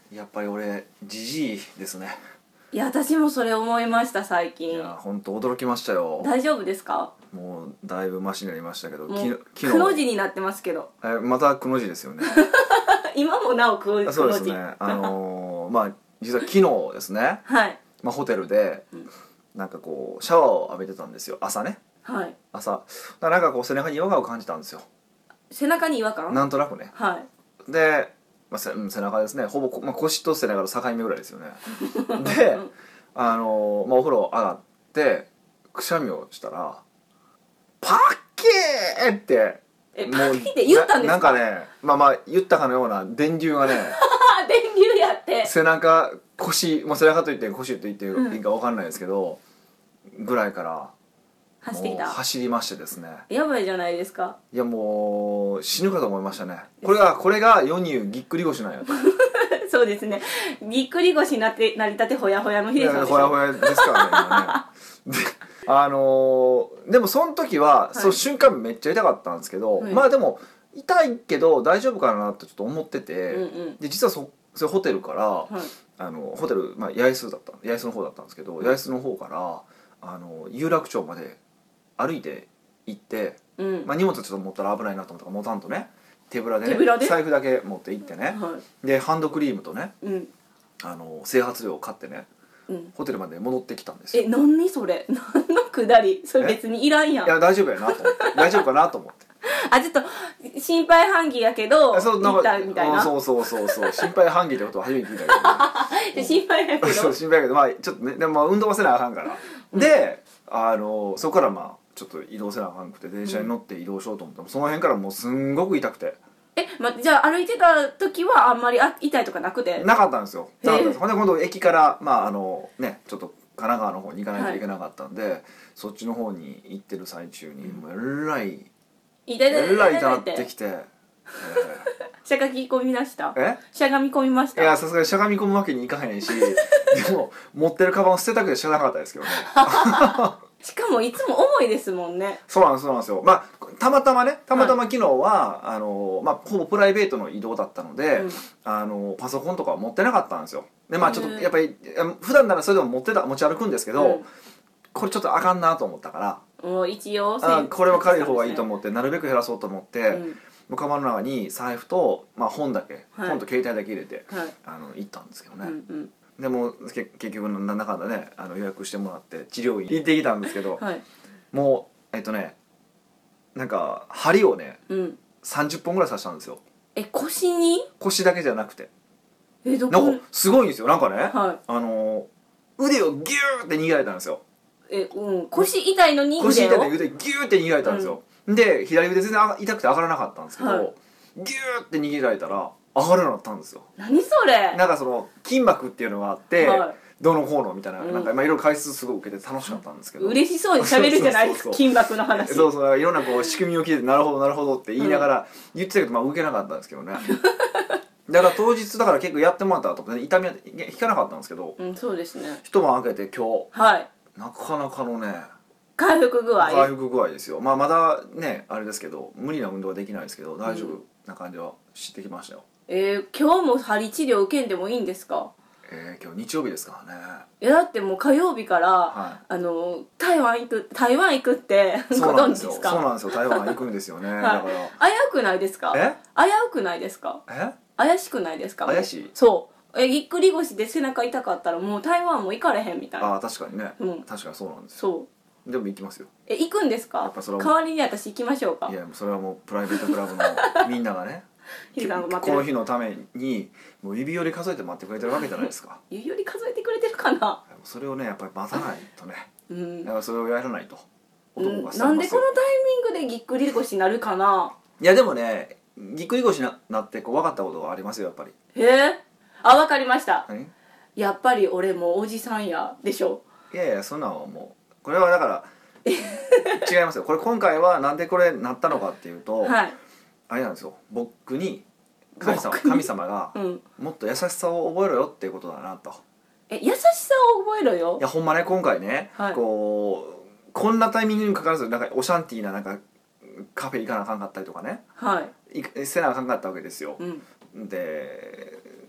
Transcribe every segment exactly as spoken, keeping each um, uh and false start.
やっぱり俺ジジイですね。 いや私もそれ思いました最近。 いや本当驚きましたよ。 大丈夫ですか？ もうだいぶマシになりましたけど、 もう昨日くの字になってますけど。 えまたくの字ですよね。 今もなおくの字。 そうですね。あのー、まあ実は昨日ですね、 はい、 まあ、ホテルで、うん、なんかこうシャワーを浴びてたんですよ、朝ね。 はい、 朝だからなんかこう背中に違和感を感じたんですよ。 背中に違和感？ なんとなくね。 はい。 で、まあ、背中ですね、ほぼ、まあ、腰と背中の境目ぐらいですよね。で、あのー、まあ、お風呂上がってくしゃみをしたらパッキーってえパッキーって言ったんですか？ な, なんかね、まあまあ言ったかのような電流がね電流やって背中腰、もう背中と言って腰と言っていいか分かんないですけど、うん、ぐらいから走ってきた。 走りましてですね。 やばいじゃないですか。 いやもう死ぬかと思いましたね。これがこれが世に言うぎっくり腰なんやと。 そうですね。ぎっくり腰になってなりたてほやほやのヒデさんでしょ。 ほやほやですからね。であのー、でもその時は、はい、その瞬間めっちゃ痛かったんですけど、はい、まあでも痛いけど大丈夫かなとちょっと思ってて、うんうん、で実は そ, それホテルから、はい、あのホテル、まあ、八重洲だった八重洲の方だったんですけど、八重洲の方からあの有楽町まで歩いて行って、うん、まあ、荷物ちょっと持ったら危ないなと思ったから持たんとね、手ぶらでね、で財布だけ持って行ってね、はい、でハンドクリームとね、うん、あの整髪料を買ってね、うん、ホテルまで戻ってきたんですよ。 え、何それ、何のくだり、それ別にいらんやん。 いや大丈夫やなと思って大丈夫かなと思ってあ、ちょっと心配半疑やけどそう行ったみたいな。 そうそうそうそう心配半疑ってことは初めて聞いたけど心配やけどそう心配やけど、まあちょっとね、でも運動はせなあかんから、うん、であのそこからまあちょっと移動せなあかんくて電車に乗って移動しようと思ったら、うん、その辺からもうすんごく痛くて。 え、ま、じゃあ歩いてた時はあんまりあ痛いとかなくて？ なかったんですよ。なかったんです。ほんで今度駅からまああのねちょっと神奈川の方に行かないといけなかったんで、はい、そっちの方に行ってる最中にもうえらいえらい痛なってきて、えー、 しゃがみ込みました？ えしゃがみ込みました？ いやさすがにしゃがみ込むわけにいかへんしでも持ってるカバンを捨てたくてしゃあなかったですけどねしかもいつも重いですもんね。 そうなんですそうなんですよ。まあたまたまねたまたま昨日は、はい、あのまあほぼプライベートの移動だったので、うん、あのパソコンとかは持ってなかったんですよ。でまあちょっとやっぱり普段ならそれでも持ってた持ち歩くんですけど、うん、これちょっとあかんなと思ったからもう一応あこれは軽い方がいいと思ってなるべく減らそうと思って、うん、カバンの中に財布と、まあ、本だけ、はい、本と携帯だけ入れて、はい、あの行ったんですけどね、うんうん、でも結局なんだかんだねあの予約してもらって治療院行ってきたんですけど、はい、もうえっとねなんか針をね、うん、さんじゅっぽんぐらい刺したんですよ。 え腰に？ 腰だけじゃなくてえどこなんかすごいんですよ。なんかね、 はい、 あの腕をギューって握られたんですよ。 え、うん、腰痛いのに腕を腰痛いのに腕ギューって握られたんですよ、うん、で左腕全然痛くて上がらなかったんですけど、はい、ギューって握られたら上がるようになったんですよ。 何それ。 なんかその筋膜っていうのがあって、はい、どのこうのみたいな、うん、なんかいろいろ解説すごい受けて楽しかったんですけど、 嬉しそうに喋るじゃないですか筋膜の話。 そうそういろんなこう仕組みを聞いてなるほどなるほどって言いながら言ってたけど、まあ受けなかったんですけどねだから当日だから結構やってもらったとか痛みは引かなかったんですけど、 うん、そうですね。 一晩明けて今日、 はい、 なかなかのね回復具合回復具合ですよ。まあまだねあれですけど無理な運動はできないですけど大丈夫な感じはしてきましたよ、 うん、えー、今日も針治療受けんでもいいんですか？ えー、今日日曜日ですからね。 いやだってもう火曜日から、はい、あの台湾行く台湾行くってご存知ですか？ そうなんですよ台湾行くんですよね、はい、だから危うくないですか？ え危うくないですか？ え怪しくないですか？ 怪しい。 そうえぎっくり腰で背中痛かったらもう台湾も行かれへんみたいな。 あ確かにね、うん、確かにそうなんですよ。そうでも行きますよ。 え行くんですか？やっぱそれは代わりに私行きましょうか？ いやそれはもうプライベートクラブのみんながねこの日のためにもう指折り数えて待ってくれてるわけじゃないですか指折り数えてくれてるかな。 それをねやっぱり待たないとね、うん、だからそれをやらないと男が、うん、なんでこのタイミングでぎっくり腰になるかな。 いやでもねぎっくり腰になってこう分かったことがありますよやっぱり。 へえあ分かりました。やっぱり俺もおじさんやでしょ。 いやいやそんなのはもうこれはだから違いますよ。これ今回はなんでこれなったのかっていうと、はい、あれなんですよ僕に神様神様が、うん、もっと優しさを覚えろよっていうことだなと。 え優しさを覚えろよ。 いやほんまね今回ね、はい、こうこんなタイミングにもかかわらずなんかオシャンティーななんかカフェ行かなあかんかったりとかね、はい、せなあかんかったわけですよ、うん、で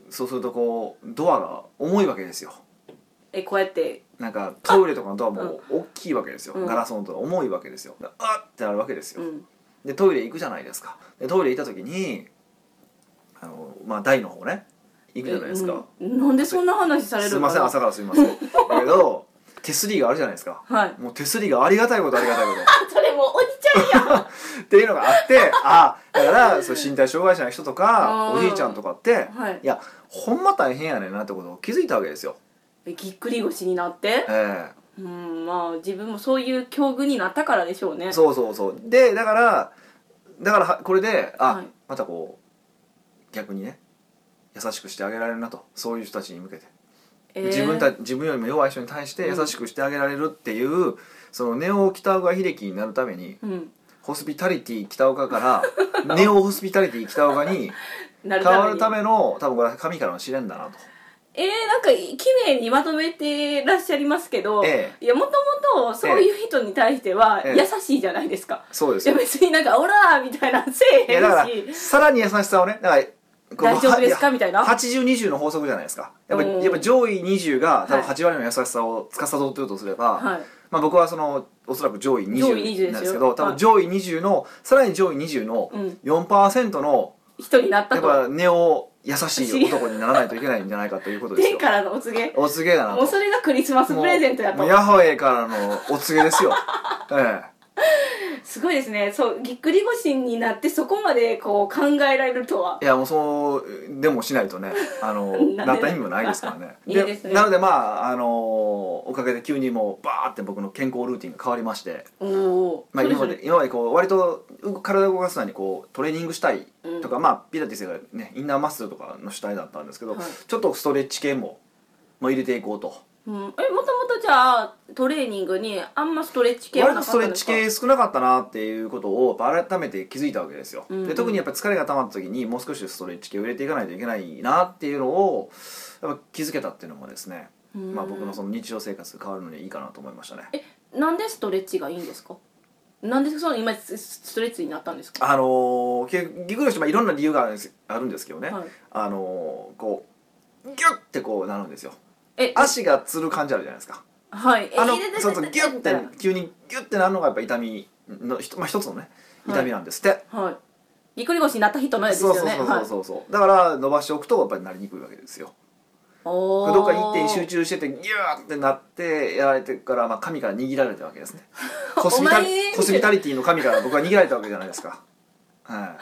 そうするとこうドアが重いわけですよ。 えこうやってなんかトイレとかのドアも大きいわけですよ、 うん、 ガラスのドア重いわけですよ。あっってなるわけですよ、 うん、 でトイレ行くじゃないですか。でトイレ行った時にあのまあ台の方ね行くじゃないですか、 うん、なんでそんな話されるのかな。 すいません朝からすいませんだけど手すりがあるじゃないですか、 はい、 もう手すりがありがたいことありがたいことあそれもうおじちゃんやんっていうのがあってあだからそう身体障害者の人とかおじいちゃんとかって、はい、いやほんま大変やねんなってことを気づいたわけですよ。 ぎっくり腰になって、 ええー、うんまあ自分もそういう境遇になったからでしょうね。 そうそうそうでだからだからこれであ、はい、またこう逆にね優しくしてあげられるなと、そういう人たちに向けて、えー、自分た自分よりも弱い人に対して優しくしてあげられるっていう、うん、そのネオ北岡秀樹になるために、うん、ホスピタリティ北岡からネオホスピタリティ北岡に変わるための多分これは神からの試練だなと。 えー、なんか綺麗にまとめてらっしゃいますけど、ええ、いやもともとそういう人に対しては優しいじゃないですか、 ええ、そうですよ。 いや別になんかオラーみたいなせえへんし、いやだからさらに優しさをね、だから大丈夫ですかみたいなはちじゅうにじゅう の法則じゃないですか。やっぱやっぱ上位にじゅうが多分はち割の優しさを司っているとすれば、はい、まあ僕はそのおそらく上位にじゅうなんですけど、多分上位にじゅうのさらに上位にじゅうの よんパーセント の人になったと、 やっぱネオ優しい男にならないといけないんじゃないかということですよ。 天からのお告げ。 お告げだなと。 もうそれがクリスマスプレゼントやと。 ヤホーからのお告げですよ。ええ。 すごいですね。そうぎっくり腰になってそこまでこう考えられるとは。 いやもうそうでもしないとね、あのなった意味もないですからね。 いいですね。 なのでまああのおかげで急にもうバーって僕の健康ルーティンが変わりまして、おお。まあ今まで今までこう割と体を動かすのにこうトレーニングしたいとか、うん、まあピラティスがねインナーマッスルとかの主体だったんですけど、はい、ちょっとストレッチ系ももう入れていこうと。 うん、えもともとじゃあトレーニングにあんまストレッチ系はなかったんですか？ 割とストレッチ系少なかったなっていうことを改めて気づいたわけですよ、うんうん、で特にやっぱり疲れが溜まった時にもう少しストレッチ系を入れていかないといけないなっていうのをやっぱ気づけたっていうのもですね、まあ、僕のその日常生活が変わるのにいいかなと思いましたね。 えなんでストレッチがいいんですか？なんでその今ストレッチになったんですか？ あのー、ぎっくりしていろんな理由があるんですあるんですけどね、はい、あのー、こうギュッてこうなるんですよ。え足がつる感じあるじゃないですか。 はい。 あのそうそうギュッて急にギュッてなるのがやっぱ痛みのひと、まあ、一つのね痛みなんですって。 はい。はい、ぎっくり腰になった人のやつですよね。 そうそうそうそうそう、はい、だから伸ばしておくとやっぱりなりにくいわけですよ。おどっか一点集中しててギューってなってやられてから、まあ、神から握られたわけですね。コスビタリコスビタリティの神から僕は握られたわけじゃないですか。はい、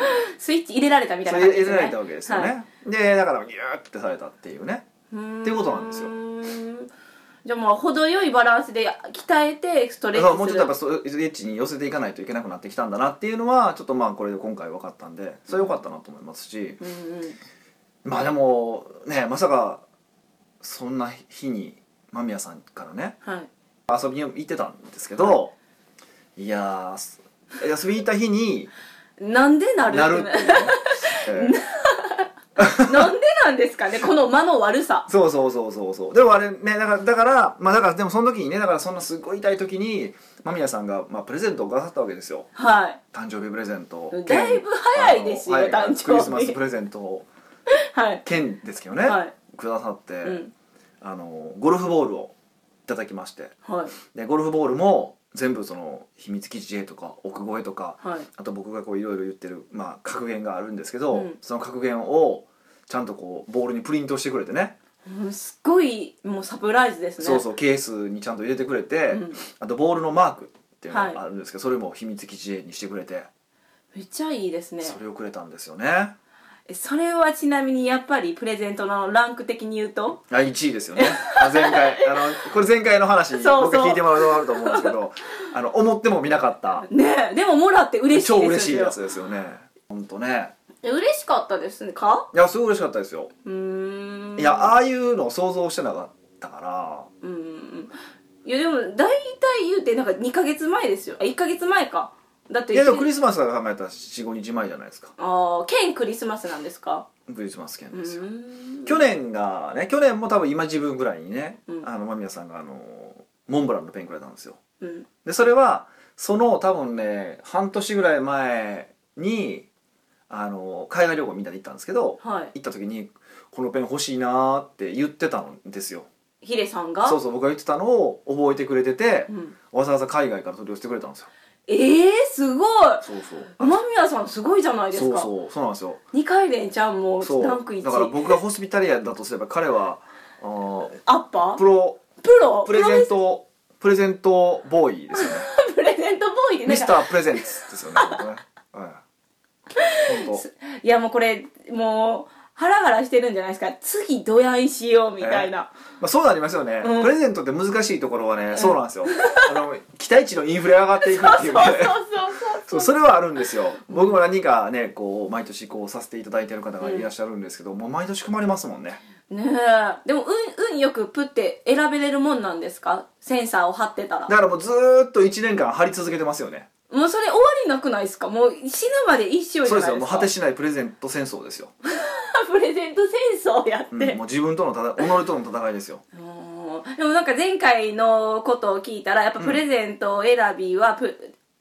スイッチ入れられたみたいな感じですね。 入れられたわけですよね。はい、でだからギューってされたっていうねっていうことなんですよ。 じゃあもう程よいバランスで鍛えてストレッチする。 もうちょっとやっぱストレッチに寄せていかないといけなくなってきたんだなっていうのはちょっとまあこれで今回分かったんでそれ良かったなと思いますし、うんうん、まあでもねまさかそんな日に間宮さんからね、はい、遊びに行ってたんですけど、はい、いや遊びに行った日になんでなるなるっていうね、えーなんでなんですかねこの間の悪さ。 そうそうそうそうそう。でもあれねだからだからまあだからでもその時にねだからそんなすごい痛い時に間宮さんがまあプレゼントをくださったわけですよ。はい。誕生日プレゼント。 だいぶ早いですよ、はい、誕生日。 クリスマスプレゼントをはい券ですけどね、はい、くださって、うん、あのゴルフボールをいただきまして、はい、でゴルフボールも全部その秘密基地へとか奥越えとか、はい、あと僕がこういろいろ言ってるまあ格言があるんですけど、うん、その格言をちゃんとこうボールにプリントしてくれてね、 うん、すっごいもうサプライズですね。 そうそうケースにちゃんと入れてくれて、うん、あとボールのマークっていうのがあるんですけど、はい、それも秘密基地にしてくれてめっちゃいいですね。 それをくれたんですよね。 それはちなみにやっぱりプレゼントのランク的に言うとあいちいですよね。前回あのこれ前回の話に僕聞いてもらうとあると思うんですけどあの思ってもみなかったね。でももらって嬉しいですよ。 超嬉しいやつですよね。ほんとね嬉しかったですか？ いやすごい嬉しかったですよ。うーんいやああいうのを想像してなかったから。 うんいやでも大体言うてなんかにかげつまえですよ。あいっかげつまえか。だっていやでもクリスマスが考えたら よん,ご 日前じゃないですか。 ああ県クリスマスなんですか？ クリスマス県ですよ。去年がね去年も多分今自分ぐらいにね、うん、あの間宮さんがあのモンブランのペンくれたんですよ、うん、でそれはその多分ね半年ぐらい前にあの海外旅行みんなで行ったんですけど、はい、行った時にここのペン欲しいなって言ってたんですよ。 ヒデさんが？ そうそう、僕が言ってたのを覚えてくれてて、うん、わざわざ海外から取り寄せてくれたんですよ。 えー、すごい。 そうそう。 間宮さんすごいじゃないですか。 そうそう、そうなんですよ。 二回連ちゃんもランクいち。 だから僕がホスピタリアンだとすれば彼はあアッパープロプロプレゼントプレゼントボーイですよね。 プレゼントボーイでミスタープレゼンツですよね。はい、本当。 いやもうこれもうハラハラしてるんじゃないですか。次どやいしようみたいな、 まあ、そうなりますよね、うん、プレゼントって難しいところはね、うん、そうなんですよ。あの期待値のインフレ上がっていくっていうね。そうそれはあるんですよ。僕も何かねこう毎年こうさせていただいてる方がいらっしゃるんですけど、うん、もう毎年困りますもんね。 ねえ。でも運運よくプって選べれるもんなんですか？センサーを貼ってたら。 だからもうずーっといちねんかん貼り続けてますよね。 もうそれ終わりなくないですか？もう死ぬまで一生じゃないですか。 そうですよ。もう果てしないプレゼント戦争ですよ。 プレゼント戦争やって、うん、 もう自分とのただ己との戦いですよ。 でもなんか前回のことを聞いたらやっぱプレゼント選びはプ、うん、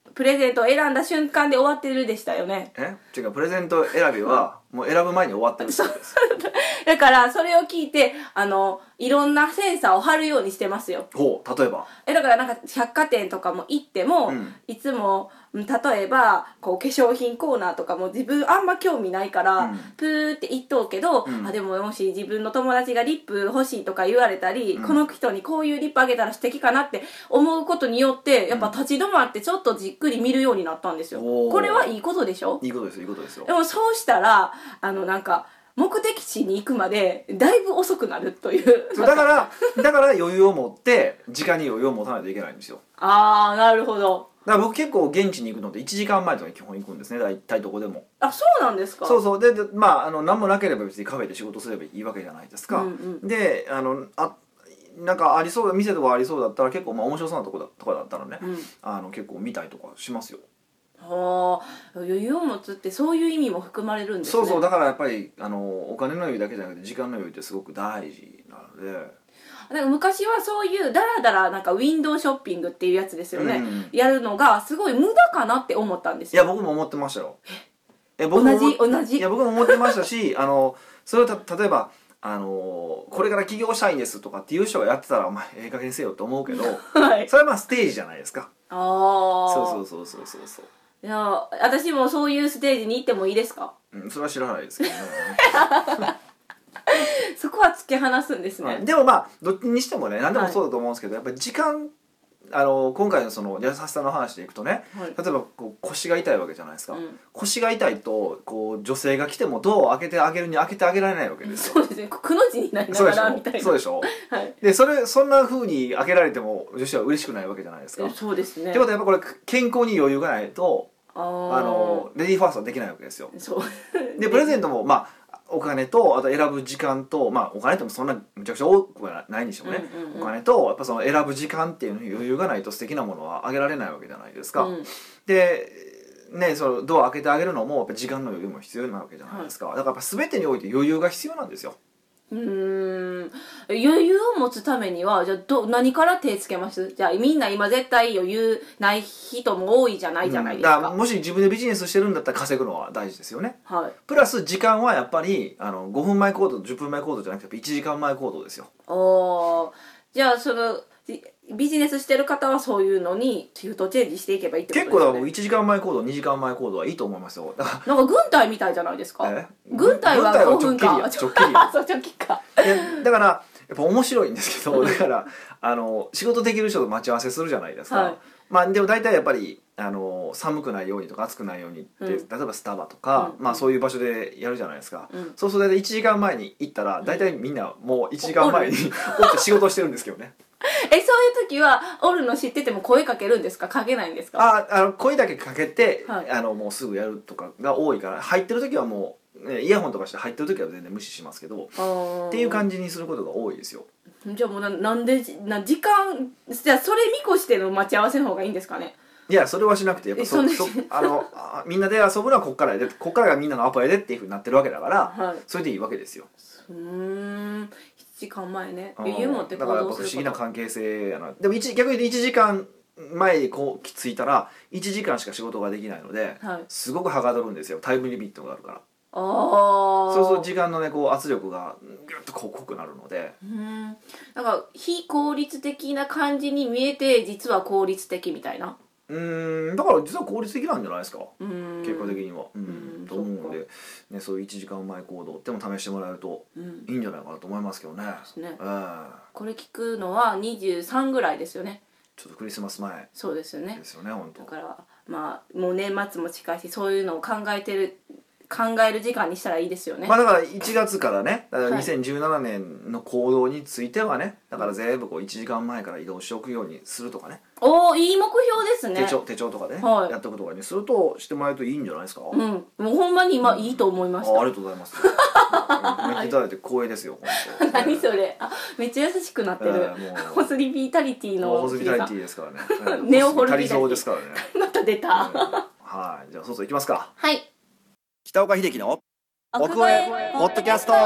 プレゼントを選んだ瞬間で終わってるでしたよね。 え違う、プレゼント選びはもう選ぶ前に終わってるってことです。 だからそれを聞いてあのいろんなセンサーを貼るようにしてますよ。 ほう、例えばえだからなんか百貨店とかも行っても、うん、いつも例えばこう化粧品コーナーとかも自分あんま興味ないから、うん、プーって言っとうけど、うん、あでももし自分の友達がリップ欲しいとか言われたり、うん、この人にこういうリップあげたら素敵かなって思うことによってやっぱ立ち止まってちょっとじっくり見るようになったんですよ。これはいいことでしょ？ いいことですよ、いいことですよ。 でもそうしたらあのなんか目的地に行くまでだいぶ遅くなるという。 だからだから余裕を持って時間に余裕を持たないといけないんですよ。 ああ、なるほど。 だから僕結構現地に行くのっていちじかんまえとかに基本行くんですね、大体どこでも。 あ、そうなんですか。 そうそう。で、でまああの何もなければ別にカフェで仕事すればいいわけじゃないですか、うんうん、であのあなんかありそうだ店とかありそうだったら結構まあ面白そうなとこだとかだったらね、うん、あの結構見たりとかしますよ。 はあ、余裕を持つってそういう意味も含まれるんですね。 そうそう。だからやっぱりあのお金の余裕だけじゃなくて時間の余裕ってすごく大事なので。 なんか昔はそういうダラダラなんかウィンドウショッピングっていうやつですよね、うん、やるのがすごい無駄かなって思ったんですよ。いや僕も思ってましたよ。 え僕も同じ同じ。 いや僕も思ってましたしあのそれをた例えばあのこれから起業したいんですとかっていう人がやってたらお前ええ加減せよと思うけど、はい、それはまあステージじゃないですか。ああ。そうそうそうそうそうそう。 いや私もそういうステージに行ってもいいですか？ うん、それは知らないですけどね。 そこは突き放すんですね、 はい、でもまあどっちにしてもね何でもそうだと思うんですけど、はい、やっぱり時間あの今回のその優しさの話でいくとね、はい、例えばこう腰が痛いわけじゃないですか、うん、腰が痛いとこう女性が来てもドアを開けてあげるに開けてあげられないわけですよ。 そうですね、くの字になりながらみたいな。 そうでしょ。はい、でそれそんな風に開けられても女子は嬉しくないわけじゃないですか。 そうですね。 ってことはやっぱこれ健康に余裕がないとあのレディーファーストはできないわけですよ。そうでプレゼントもまあお金とあと選ぶ時間とまあお金ってもそんなむちゃくちゃ多くはないんでしょうね、うんうんうん、お金とやっぱその選ぶ時間っていうのに余裕がないと素敵なものはあげられないわけじゃないですか、うん、でねそのドア開けてあげるのもやっぱ時間の余裕も必要なわけじゃないですか、はい、だからやっぱ全てにおいて余裕が必要なんですよ。 うーん余裕を持つためにはじゃあど何から手つけます？じゃあみんな今絶対余裕ない人も多いじゃないじゃないですか、うん、だからもし自分でビジネスしてるんだったら稼ぐのは大事ですよね、はい、プラス時間はやっぱりあのごふんまえ行動じゅっぷんまえ行動じゃなくていちじかんまえ行動ですよ。 おじゃあそのビジネスしてる方はそういうのにシフトチェンジしていけばいいってことですね。 結構だからいちじかんまえ行動にじかんまえ行動はいいと思いますよ。 なんか軍隊みたいじゃないですか。軍隊はごふんか直距離そう直帰かだからやっぱ面白いんですけどだからあの仕事できる人と待ち合わせするじゃないですか、はい、まあでも大体やっぱりあの寒くないようにとか暑くないようにって、うん、例えばスタバとか、うん、まあそういう場所でやるじゃないですか、うん、そうすると大体いちじかんまえに行ったら大体みんなもういちじかんまえに起きて仕事してるんですけどねえそういう時はおるの知ってても声かけるんですか？かけないんですか？ ああの声だけかけて、はい、あのもうすぐやるとかが多いから入ってる時はもう、ね、イヤホンとかして入ってる時は全然無視しますけどっていう感じにすることが多いですよ。 じゃあもう な, なんでな時間じゃあそれ見越しての待ち合わせの方がいいんですかね？ いやそれはしなくてやっぱ そ, そあのあみんなで遊ぶのはこっからやでこっからがみんなのアポやでっていうふうになってるわけだから、はい、それでいいわけですよ。 うーんいちじかんまえね余裕持って行動することだからやっぱ不思議な関係性やな。でも逆に言うといちじかんまえにこう着いたらいちじかんしか仕事ができないので、はい、すごくはかどるんですよ。タイムリミットがあるから。 ああそうすると時間のねこう圧力がギュッとこう濃くなるので、 うんなんか非効率的な感じに見えて実は効率的みたいな。 うーんだから実は効率的なんじゃないですか、 うん結果的には、ううんん、と思うので、ね、そういういちじかんまえ行動っても試してもらえるとうんいいんじゃないかなと思いますけどね、 ですねえーこれ聞くのはにじゅうさんぐらいですよね。 ちょっとクリスマス前そうですよねですよね本当。 だからまあもう年末も近いしそういうのを考えてる考える時間にしたらいいですよね。 まあだからいちがつからねだからはいにせんじゅうななねんの行動についてはねだから全部こういちじかんまえから移動しておくようにするとかね、 おおいい目標ですね。 手帳手帳とかでね、 はいやっておくとかにするとしてもらえるといいんじゃないですか、 うんもうほんまに今いいと思いました。 あありがとうございますうんやっていただいて光栄ですよ本当何それあめっちゃ優しくなってる、 えーもうホスリビタリティのホスピタリティですからねえーネオホルビタリティホスピタリゾーですからねまた出た、 はいじゃあそろそろ行きますか。 はい北岡秀樹の奥奥越えポッドキャスト。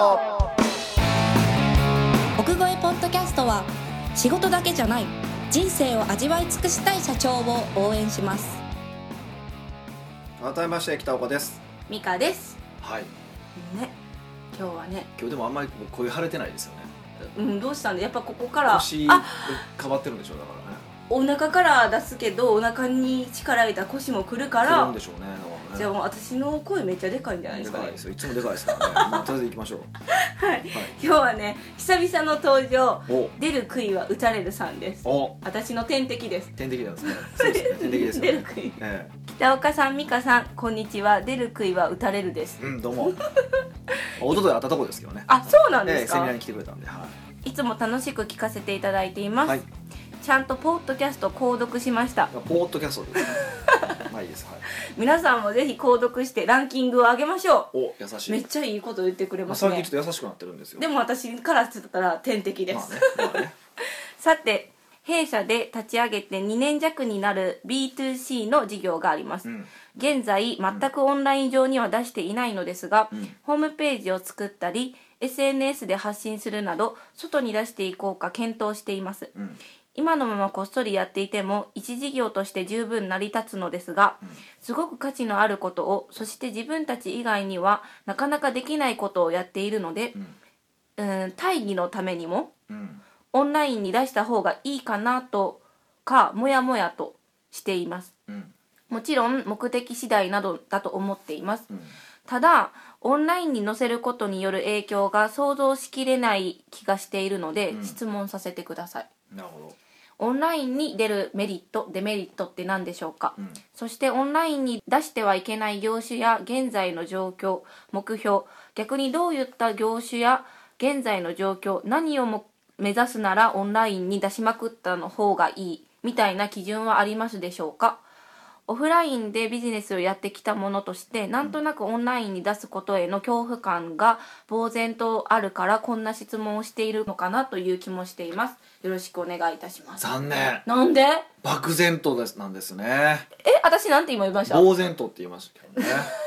奥越えポッドキャストは仕事だけじゃない人生を味わい尽くしたい社長を応援します。 改めまして北岡です。 ミカです。 はいね今日はね今日でもあんまり声腫れてないですよね。 うんどうしたんでやっぱここから腰あ変わってるんでしょうだからね。 お腹から出すけどお腹に力入れたら腰もくるか来るらんでしょうね。だからねじゃあもう私の声めっちゃでかいんじゃないでかねですかいですよ。いつもでかいですからね。まあとりあえず行きましょう。 はい、 はい。 今日はね久々の登場お出る杭は打たれるさんです。 お私の天敵です。 天敵なんですね。そうですね。天敵ですよね。 出る杭え北岡さん美香さんこんにちは。出る杭は打たれるです。 えうんどうも。一昨日会ったとこですけどね。 あそうなんですか、 ええセミナーに来てくれたんで。はいつも楽しく聞かせていただいています、 はい。 ちゃんとポッドキャスト購読しました。 ポーッドキャストですね。まあいいです。はい。 皆さんもぜひ購読してランキングを上げましょお優しい。 う。めっちゃいいこと言ってくれまあますね。 最近ちょっと優しくなってるんですよ。 でも私からすったら天敵です、 まあね。まあね。 さて弊社で立ち上げてにねん弱になる ビーツーシー の事業があります、 うん。 現在全くオンライン上には出していないのですが、 うんホームページを作ったり エスエヌエス で発信するなど外に出していこうか検討しています、 うん。 今のままこっそりやっていても一事業として十分成り立つのですが、すごく価値のあることをそして自分たち以外にはなかなかできないことをやっているので、 うん。 うん大義のためにもうん。 オンラインに出した方がいいかなとかもやもやとしています。 うん。 もちろん目的次第などだと思っています、 うん。 ただオンラインに載せることによる影響が想像しきれない気がしているので、 うん質問させてください。 なるほど。 オンラインに出るメリットデメリットって何でしょうか、 うん。 そしてオンラインに出してはいけない業種や現在の状況目標逆にどういった業種や現在の状況何をも目指すならオンラインに出しまくったの方がいいみたいな基準はありますでしょうか。オフラインでビジネスをやってきたものとしてなんとなくオンラインに出すことへの恐怖感が呆然とあるからこんな質問をしているのかなという気もしています。よろしくお願いいたします。 残念。 なんで漠然とですなんですね。 え私なんて今言いました呆然とって言いましたけどね。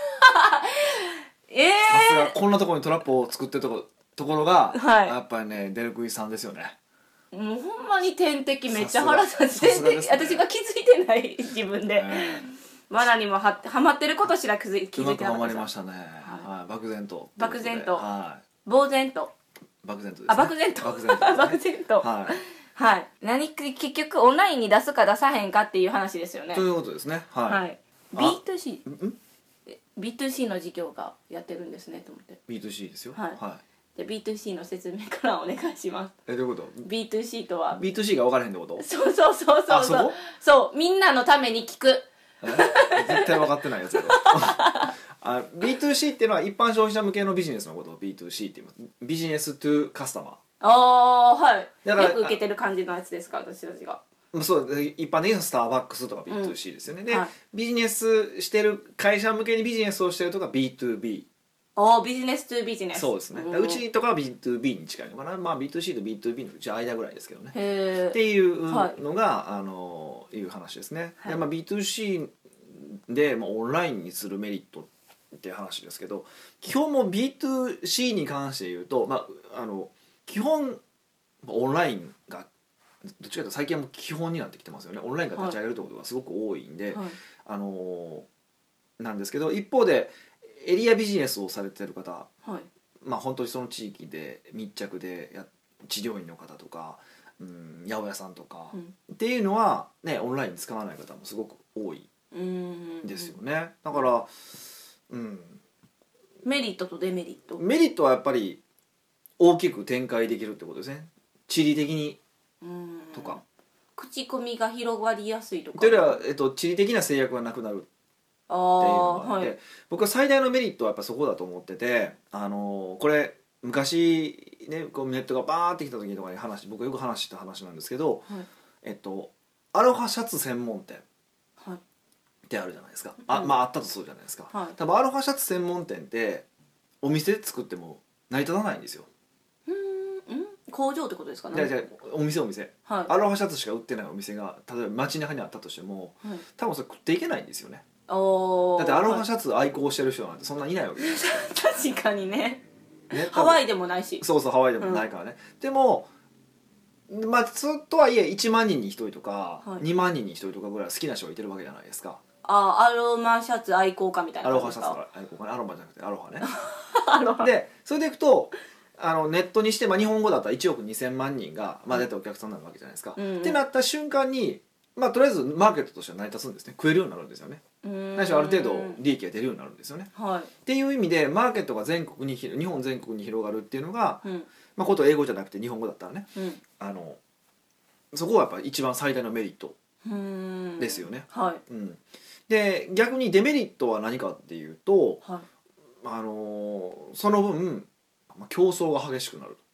えさすがこんなところにトラップを作ってるとこところが、 はいやっぱりねデルクイさんですよね。 ー、もうほんまに天敵めっちゃ腹立つさすが全ですね然私が気づいてない自分で、 えまだにもははまってることしら気づい気ーうまくはづいてなかったまりましたね。はい、漠然と。 漠然とは呆然とい。漠然とですね。 あ漠然と漠然とですね。 漠然とはい。 はい何結局オンラインに出すか出さへんかっていう話ですよね。 ということですね。はい。 はいあビーツーシーんビーツーシー の事業がやってるんですねと思ってビーツーシー ですよ。 はいはい。 じゃあ ビーツーシー の説明からお願いします。 えどういうこと？ ビーツーシー とはビーツーシー が分からへんってこと？ そうそうそうそうそうあそこそうみんなのために聞くえ絶対分かってないやつやろ。あ ビーツーシー っていうのは一般消費者向けのビジネスのことを ビーツーシー って言います。ビジネストゥカスタマああはいだからよく受けてる感じのやつですか私たちが。 ー。そう一般的にはスターバックスとか ビーツーシー ですよね。で、 はいビジネスしてる会社向けにビジネスをしてるとか ビーツービああビジネストゥービジネー。 スそうですね。 んうちとかは ビーツービー に近いのかな。まあ ビーツーシー と ビーツービー のうち間ぐらいですけどね。 へえっていうはいのが、あのいう話ですね。 はいでまあ、ビーツーシー で、まあ、オンラインにするメリットっていう話ですけど基本も ビーツーシー に関して言うと、まあ、あの基本オンラインがどっちかというと最近はもう基本になってきてますよね。オンラインが立ち上げるってことがすごく多いんで、 はいあのなんですけど一方でエリアビジネスをされてる方、 はい、 まあ本当にその地域で密着でや治療院の方とか、うん、八百屋さんとか、うん、っていうのはねオンライン使わない方もすごく多いですよね。だから、うん、 メリットとデメリット。 メリットはやっぱり大きく展開できるってことですね。地理的にとか口コミが広がりやすいとか。 というよりは、えっと、地理的な制約がなくなるっていうのがあって、はい、僕は最大のメリットはやっぱそこだと思ってて、あのこれ昔ねこうネットがバーってきた時とかに話僕よく話した話なんですけど、はい、えっとアロハシャツ専門店ってあるじゃないですか、はい、あまああったとそうじゃないですか、はい、多分アロハシャツ専門店ってお店で作っても成り立たないんですよ。 工場ってことですかね。 じゃじゃお店お店、はい、アロハシャツしか売ってないお店が例えば街中にあったとしても、はい、多分それ食っていけないんですよね。おだってアロハシャツ愛好してる人なんてそんないないわけです確かにねねハワイでもないし。 そうそうハワイでもないからね、うん、でもまあとはいえいちまんにんにひとりとか、はい、にまんにんにひとりとかぐらい好きな人がいてるわけじゃないですか。 あアロマシャツ愛好家みたいな感じですか。アロハシャツ愛好家ね。アロマじゃなくてアロハねアロハでそれでいくとあのネットにして、まあ、日本語だったらいちおくにせんまんにんが、まあ、出たお客さんになるわけじゃないですか、うんうん、ってなった瞬間に、まあ、とりあえずマーケットとしては成り立つんですね。食えるようになるんですよね。ないしはある程度利益が出るようになるんですよね、はい、っていう意味でマーケットが全国に日本全国に広がるっていうのが、うんまあ、こと英語じゃなくて日本語だったらね、うん、あのそこはやっぱり一番最大のメリットですよね、はいうん、で逆にデメリットは何かっていうと、はいあのその分競争が激しくなる。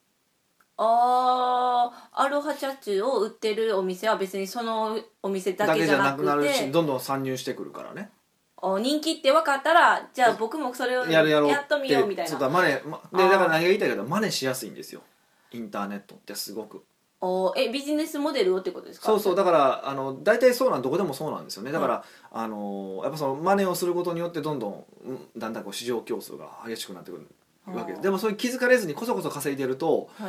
あーアロハシャツを売ってるお店は別にそのお店だけじゃなくてだけじゃなくなるしどんどん参入してくるからね。 あ人気って分かったらじゃあ僕もそれをやっと見ようみたいな。 そうだマネ、ま、でだから何が言いたいけどマネしやすいんですよインターネットってすごく。 おえビジネスモデルをってことですか。 そうそうだからあの大体そうなんどこでもそうなんですよね。だから、うん、あのやっぱそのマネをすることによってどんどんだんだんこう市場競争が激しくなってくるわけで。でもそれ気づかれずにこそこそ稼いでると、はい、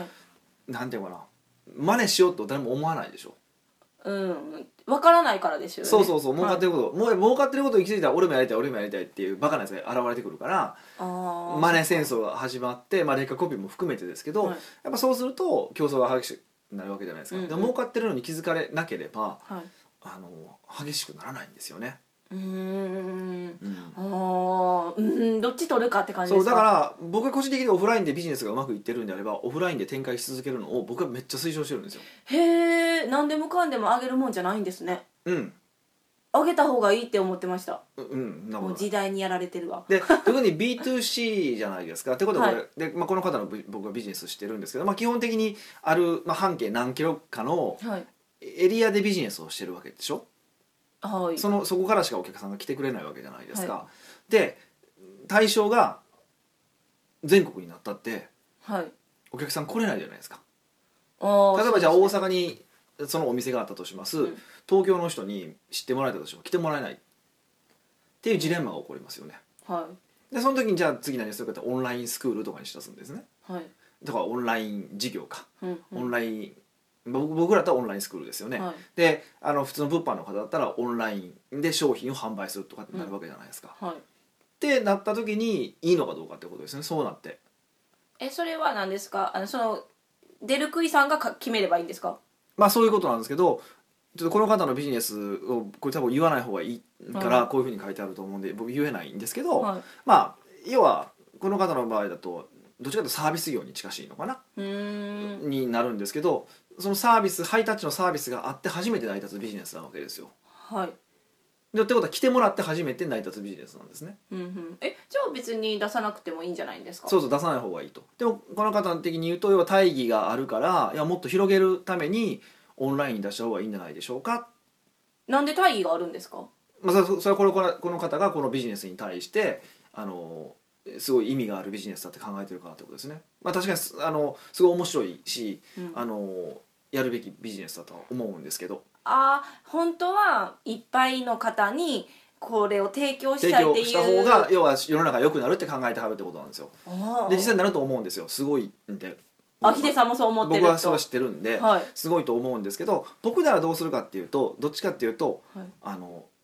なんていうかなマネしようと誰も思わないでしょ。 うん分からないからですよね。 そうそうそう儲かってること、はい、もう儲かってることに気づいたら俺もやりたい俺もやりたいっていうバカなやつが現れてくるからマネ戦争が始まって、まあ、劣化コピーも含めてですけど、はい、やっぱそうすると競争が激しくなるわけじゃないですか、うんうん、で儲かってるのに気づかれなければ、はい、あの激しくならないんですよね。うーん、うん、 あうんどっち取るかって感じですか。 そうだから僕が個人的にオフラインでビジネスがうまくいってるんであればオフラインで展開し続けるのを僕はめっちゃ推奨してるんですよ。 へえ何でもかんでも上げるもんじゃないんですね。うん上げた方がいいって思ってました。うん、うん、もう時代にやられてるわ。 で特に ビーツーシー じゃないですか。ってことはこれ、はいでまあ、この方の僕はビジネスしてるんですけど、まあ、基本的にある、まあ、半径何キロかのエリアでビジネスをしてるわけでしょ。はい、そのそこからしかお客さんが来てくれないわけじゃないですか、はい、で対象が全国になったって、はい、お客さん来れないじゃないですか。あ例えばじゃあ大阪にそのお店があったとします、うん、東京の人に知ってもらえたとしても来てもらえないっていうジレンマが起こりますよね、はい、でその時にじゃあ次何するかってオンラインスクールとかにしだすんですね、はい、だからオンライン授業か、うんうん、オンライン僕, 僕らだったらオンラインスクールですよね、はい、であの普通の物販の方だったらオンラインで商品を販売するとかってなるわけじゃないですか、うんはい、ってなった時にいいのかどうかってことですね。そうなってえそれは何ですか。あのそのデルクイさんが決めればいいんですか。 まあそういうことなんですけどちょっとこの方のビジネスをこれ多分言わない方がいいからこういうふうに書いてあると思うんで僕言えないんですけど、はい、まあ要はこの方の場合だとどっちかというとサービス業に近しいのかなうーんになるんですけどそのサービスハイタッチのサービスがあって初めて成り立つビジネスなわけですよ。はいでってことは来てもらって初めて成り立つビジネスなんですね、 うんうん、えじゃあ別に出さなくてもいいんじゃないんですか。 そうそう出さない方がいいと。でもこの方的に言うと要は大義があるからいやもっと広げるためにオンラインに出した方がいいんじゃないでしょうか。 なんで大義があるんですか。 まあ、それはこの、この方がこのビジネスに対してあのすごい意味があるビジネスだって考えてるからってことですね。まあ、確かにあのすごい面白いし、うん、あのやるべきビジネスだとは思うんですけどあ本当はいっぱいの方にこれを提供したいっていう提供した方が要は世の中が良くなるって考えてはるってことなんですよ。で実際になると思うんですよ。すごいんであヒデさんもそう思ってると僕はそう知ってるんで、はい、すごいと思うんですけど僕ならどうするかっていうとどっちかっていうと、はい、あの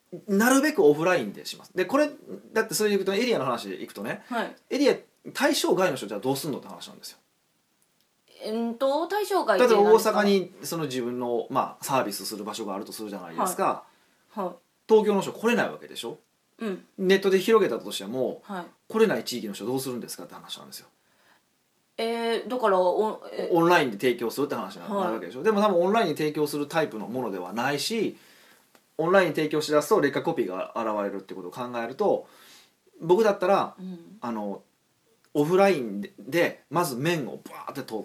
なるべくオフラインでします。でこれだってそれでいくとエリアの話でいくとね、 はい、 エリア対象外の人じゃあどうすんのって話なんですよ。 うんと対象外例えば大阪にその自分の、まあ、サービスする場所があるとするじゃないですか、 はいはい、 東京の人来れないわけでしょ、うん、ネットで広げたとしても、はい、来れない地域の人どうするんですかって話なんですよ。 えー、だからオ、 えー、オンラインで提供するって話になるわけでしょ、はい、でも多分オンラインに提供するタイプのものではないし、オンラインに提供しだすと劣化コピーが現れるってことを考えると、僕だったら、うん、あのオフラインでまず面をバーって取って、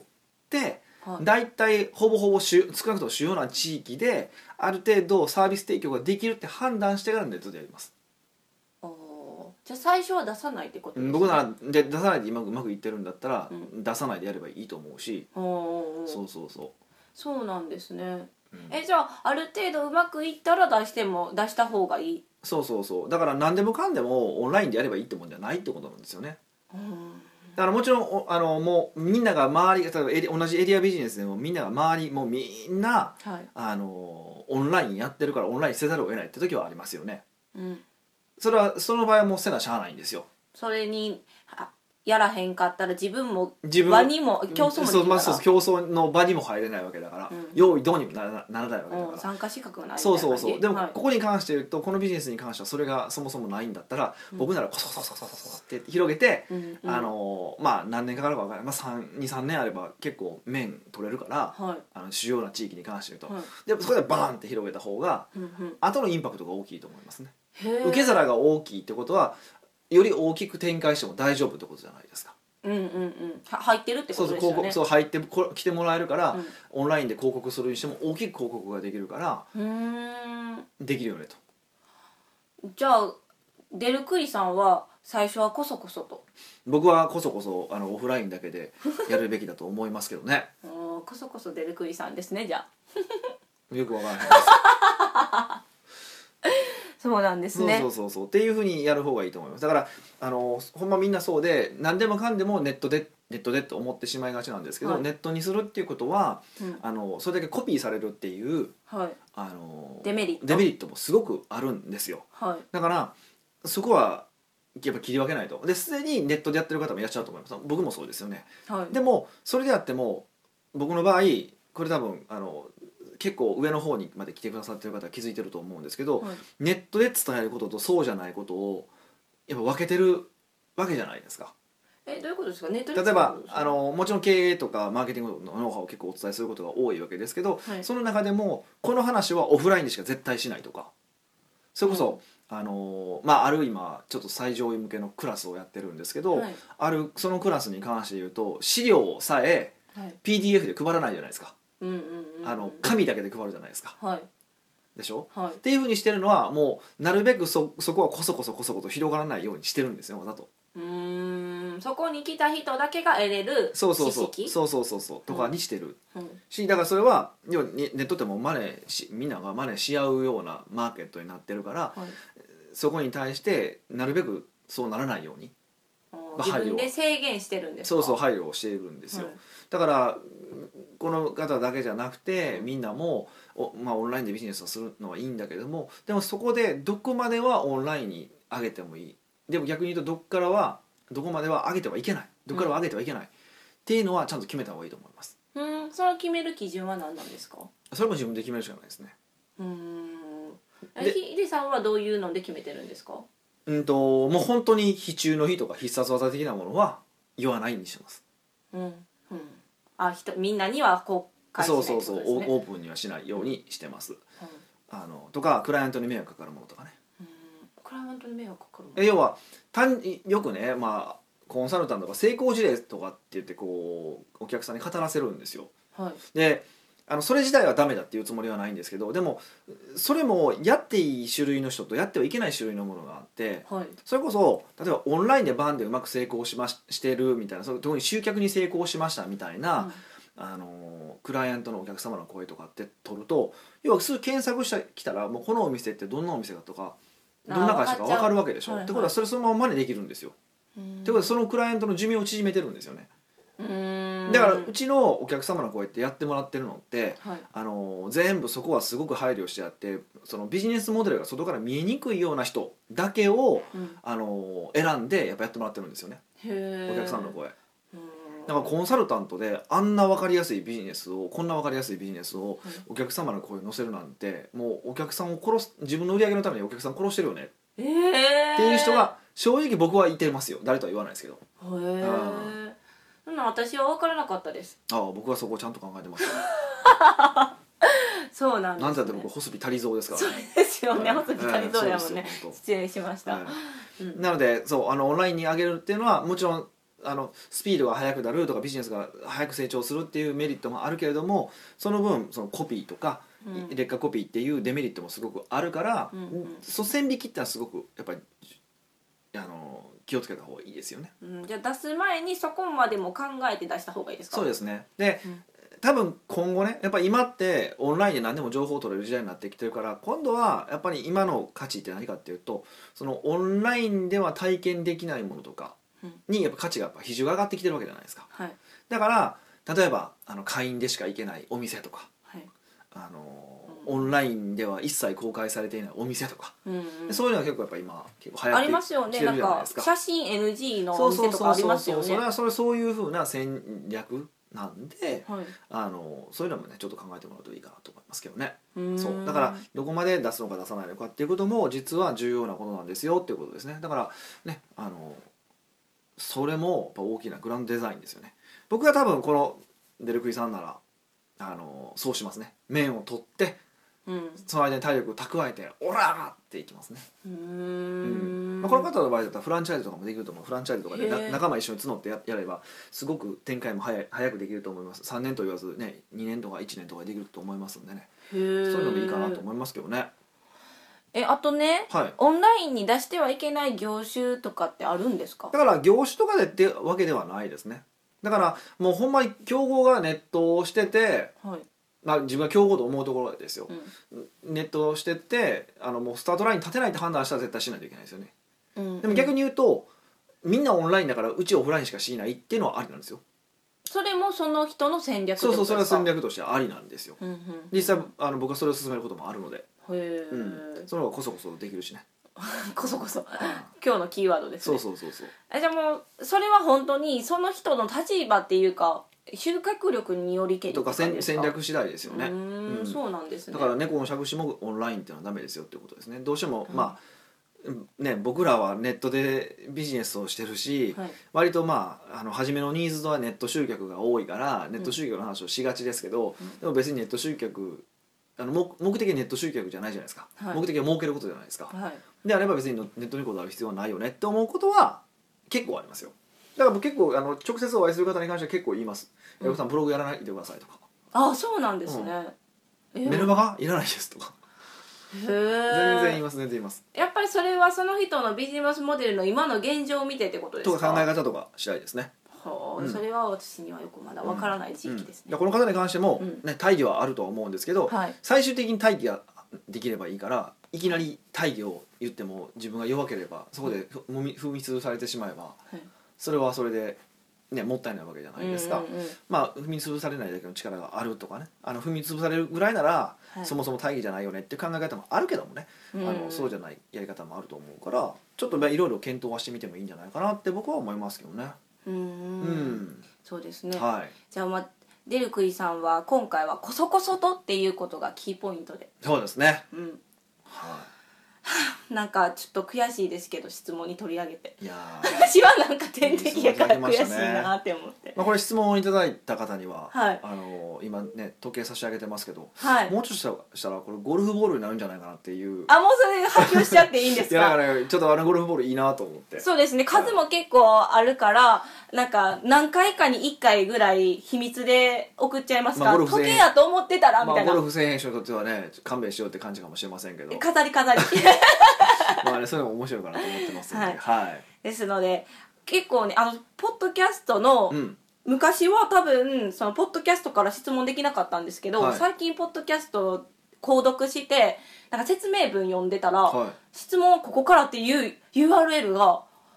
はい、だいたいほぼほぼ少なくとも主要な地域である程度サービス提供ができるって判断してからネットでやります。 じゃあ最初は出さないってことですね。 僕ならで出さないで今うまくいってるんだったら、うん、出さないでやればいいと思うし、そうそうそうそうなんですね、うん、えじゃあある程度うまくいったら出しても出した方がいい。 そうそうそう、だから何でもかんでもオンラインでやればいいってもんじゃないってことなんですよね。うん、だからもちろんあのもうみんなが周り例えば同じエリアビジネスでもみんなが周りもうみんな、はい、あのオンラインやってるからオンラインせざるを得ないって時はありますよね。うん、それはその場合はもうせなしゃあないんですよ。 それにやらへんかったら自分も場にも競争もできるから、そう、まあ、そう競争の場にも入れないわけだから、うん、用意どうにもならならないわけだから、 うん、参加資格がないみたいな感じ。そうそうそう。でも、はい、ここに関して言うとこのビジネスに関してはそれがそもそもないんだったら、うん、僕ならコソコソコソコソって広げて、うんうん、あのまあ何年かかるか分からない、まあ、にさんねんあれば結構面取れるから、はい、あの主要な地域に関して言うと、はい、でそれでバーンって広げた方が、うんうん、後のインパクトが大きいと思いますね。受け皿が大きいってことはより大きく展開しても大丈夫ってことじゃないですか。 うんうんうん、入ってるってことですよね。そうそう、広告、 そう入ってこ来てもらえるから、うん、オンラインで広告するにしても大きく広告ができるからうーんできるよねと。 じゃあデルクリさんは最初はこそこそと。 僕はこそこそあのオフラインだけでやるべきだと思いますけどね。 こそこそデルクリさんですね。じゃあよくわからないですそうなんですね。 そうそうそうそうっていうふうにやる方がいいと思います。だからあのほんまみんなそうで何でもかんでもネットでネットでって思ってしまいがちなんですけど、はい、ネットにするっていうことは、うん、あのそれだけコピーされるっていう、はい、あのデメリットデメリットもすごくあるんですよ、はい、だからそこはやっぱ切り分けないと。ですでにネットでやってる方もいらっしゃると思います。僕もそうですよね、はい、でもそれであっても僕の場合これ多分あの結構上の方にまで来てくださってる方は気づいてると思うんですけど、はい、ネットで伝えることとそうじゃないことをやっぱ分けてるわけじゃないですか。 えどういうことですか。ネットで例えばあのもちろん経営とかマーケティングのノウハウを結構お伝えすることが多いわけですけど、はい、その中でもこの話はオフラインでしか絶対しないとか、それこそ、うん、あのまあある今ちょっと最上位向けのクラスをやってるんですけど、はい、あるそのクラスに関して言うと資料さえ ピーディーエフ で配らないじゃないですか。うんうんうんうん、あの紙だけで配るじゃないですか、はい、でしょ、はい、っていうふうにしてるのはもうなるべく そ, そこはこそこそこそこと広がらないようにしてるんですよわざと。 うーんそこに来た人だけが得れる知識そうそうそうそうそうそうそうとかにしてる、うん、しだからそれは要はネットってもマネーしみんながマネーし合うようなマーケットになってるから、はい、そこに対してなるべくそうならないように自分で制限してるんですか。 そうそう配慮をしているんですよ、はい、だからこの方だけじゃなくてみんなもお、まあ、オンラインでビジネスをするのはいいんだけどもでもそこでどこまではオンラインに上げてもいい、でも逆に言うとどこからはどこまでは上げてはいけないどこからは上げてはいけない、うん、っていうのはちゃんと決めた方がいいと思います。 うんそれを決める基準は何なんですか。 それも自分で決めるしかないですね。 うんヒデさんはどういうので決めてるんですか。 うんともう本当に必中の日とか必殺技的なものは言わないにしてます。 うんうんあ人みんなには公開しないってことですね。 そうそうそうオープンにはしないようにしてます、うん、あのとかクライアントに迷惑かかるものとかね。 うんクライアントに迷惑かかるものえ要は単よくね、まあ、コンサルタントが成功事例とかって言ってこうお客さんに語らせるんですよ、はい、であのそれ自体はダメだっていうつもりはないんですけどでもそれもやっていい種類の人とやってはいけない種類のものがあって、はい、それこそ例えばオンラインでバンでうまく成功しまししてるみたいな特に集客に成功しましたみたいな、うん、あのクライアントのお客様の声とかって取ると要はすぐ検索してきたらもうこのお店ってどんなお店だとかどんな会社か分かるわけでしょ、はいはい、ってことはそれそのまま真似できるんですよ。ってことはそのクライアントの寿命を縮めてるんですよね。 うーんだからうちのお客様の声ってやってもらってるのって、 はい、 あの全部そこはすごく配慮してあって、そのビジネスモデルが外から見えにくいような人だけを、うん、あの選んでやっぱやってもらってるんですよね、 へお客さんの声。だからコンサルタントであんな分かりやすいビジネスをこんな分かりやすいビジネスをお客様の声に載せるなんて、もうお客さんを殺す、自分の売り上げのためにお客さん殺してるよねっていう人が正直僕はいてますよ。誰とは言わないですけど。 へえ。そんな私は分からなかったです。 ああ、僕はそこをちゃんと考えてます、ね、 そうなんですね。 なんだって僕細木足蔵ですからね。そうですよね、細木足蔵やもんね、えー、失礼しました、 はいうん、なのでそうあのオンラインに上げるっていうのはもちろんあのスピードが速くなるとかビジネスが早く成長するっていうメリットもあるけれども、その分そのコピーとか、うん、劣化コピーっていうデメリットもすごくあるから、うんうん、その線引きってのはすごくやっぱりあの気をつけた方がいいですよね、 うん、じゃあ出す前にそこまでも考えて出した方がいいですか？ そうですね。で、うん、多分今後ねやっぱり今ってオンラインで何でも情報を取れる時代になってきてるから、今度はやっぱり今の価値って何かっていうと、そのオンラインでは体験できないものとかにやっぱ価値がやっぱ比重が上がってきてるわけじゃないですか、 はい、 だから例えばあの会員でしか行けないお店とか、 はい、 あの、うん、オンラインでは一切公開されていないお店とか、うんうん、そういうのは結構やっぱ今結構流行ってきてるじゃないですか。 ありますよね。なんか写真 エヌジー のお店とかありますよね。 そうそうそうそう、それはそれそういう風な戦略なんで、はい、あのそういうのもねちょっと考えてもらうといいかなと思いますけどね。そうだからどこまで出すのか出さないのかっていうことも実は重要なことなんですよっていうことですね。だからねあのそれもやっぱ大きなグランドデザインですよね。僕は多分このデルクイさんならあのそうしますね。面を取って、うん、その間に体力を蓄えてオラーっていきますね。うーん、うんまあ、この方の場合だったらフランチャイズとかもできると思う。フランチャイズとかでな仲間一緒に募って や, やればすごく展開も早い早くできると思います。さんねんと言わずねにねんとかいちねんとかできると思いますんでね。そういうのもいいかなと思いますけどね。 えあとね、はい、オンラインに出してはいけない業種とかってあるんですか？ だから業種とかでってわけではないですね。だからもうほんまに競合がネットをしてて、はいまあ、自分が競合と思うところですよ、うん、ネットをしててあのもうスタートラインに立てないって判断したら絶対しないといけないですよね、うんうん、でも逆に言うとみんなオンラインだからうちオフラインしかしないっていうのはありなんですよ。 それもその人の戦略そうそう、それは戦略としてありなんですよ、うんうん、実際あの僕はそれを進めることもあるので、へうん、その方がこそこそできるしねこそこそ、うん、今日のキーワードですね。 そうそうそうそう。 あじゃあもうそれは本当にその人の立場っていうか集客力によりけりとか戦略次第ですよね。 うん、うん、そうなんですね。 だから猫の杓子もオンラインっていうのはダメですよっていうことですね。どうしても、うん、まあね僕らはネットでビジネスをしてるし、はい、割とまああの初めのニーズはネット集客が多いからネット集客の話をしがちですけど、うん、でも別にネット集客あの目的はネット集客じゃないじゃないですか、はい、目的は儲けることじゃないですか、はい、であれば別にネットにこだわる必要はないよねって思うことは結構ありますよ。だから結構あの直接お会いする方に関しては結構言います。矢部さんブログやらないでくださいとか。 ああそうなんですね、 うんえー、メルマガいらないですとか。へ全然言います全然言います。 やっぱりそれはその人のビジネスモデルの今の現状を見てってことですか？ とか考え方とか次第ですね。 はあ、うん、それは私にはよくまだわからない地域ですね、 うんうん、この方に関しても、ね、大義はあるとは思うんですけど、はい、最終的に大義ができればいいからいきなり大義を言っても自分が弱ければそこで踏み潰されてしまえば、はい、それはそれで、ね、もったいないわけじゃないですか、うんうんうん、まあ踏み潰されないだけの力があるとかねあの踏み潰されるぐらいなら、はい、そもそも大義じゃないよねっていう考え方もあるけどもね、うんうん、あのそうじゃないやり方もあると思うからちょっといろいろ検討はしてみてもいいんじゃないかなって僕は思いますけどね。 うんうんそうですね、 はい、 じゃあ、ま、デルクイさんは今回はこそこそとっていうことがキーポイントでそうですね、 うんはいなんかちょっと悔しいですけど質問に取り上げていや私はなんか天敵やから悔しいなって思って、 まあ、これ質問をいただいた方には、 はい、 あの今ね時計差し上げてますけど、 はい、 もうちょっとしたらこれゴルフボールになるんじゃないかなっていうあもうそれ発表しちゃっていいんですか？ いやだから、ね、ちょっとあのゴルフボールいいなと思ってそうですね数も結構あるからなんか何回かにいっかいぐらい秘密で送っちゃいますか、まあ、時計やと思ってたらみたいな、 まあ、ゴルフ製編集にとってはね勘弁しようって感じかもしれませんけど飾り飾りまあね、そういうのも面白いかなと思ってますので、はいはい、 ですので結構ねあのポッドキャストの、うん、昔は多分そのポッドキャストから質問できなかったんですけど、はい、最近ポッドキャスト購読してなんか説明文読んでたら、はい、質問はここからっていう ユーアールエル が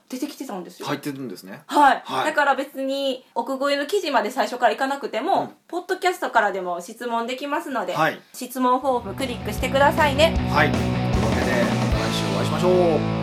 出てきてたんですよ。 入ってるんですね。 はい、 はい、 だから別に奥越えの記事まで最初から行かなくても、うん、ポッドキャストからでも質問できますので、はい、質問フォームクリックしてくださいね。 はい、というわけでまた来週お会いしましょう。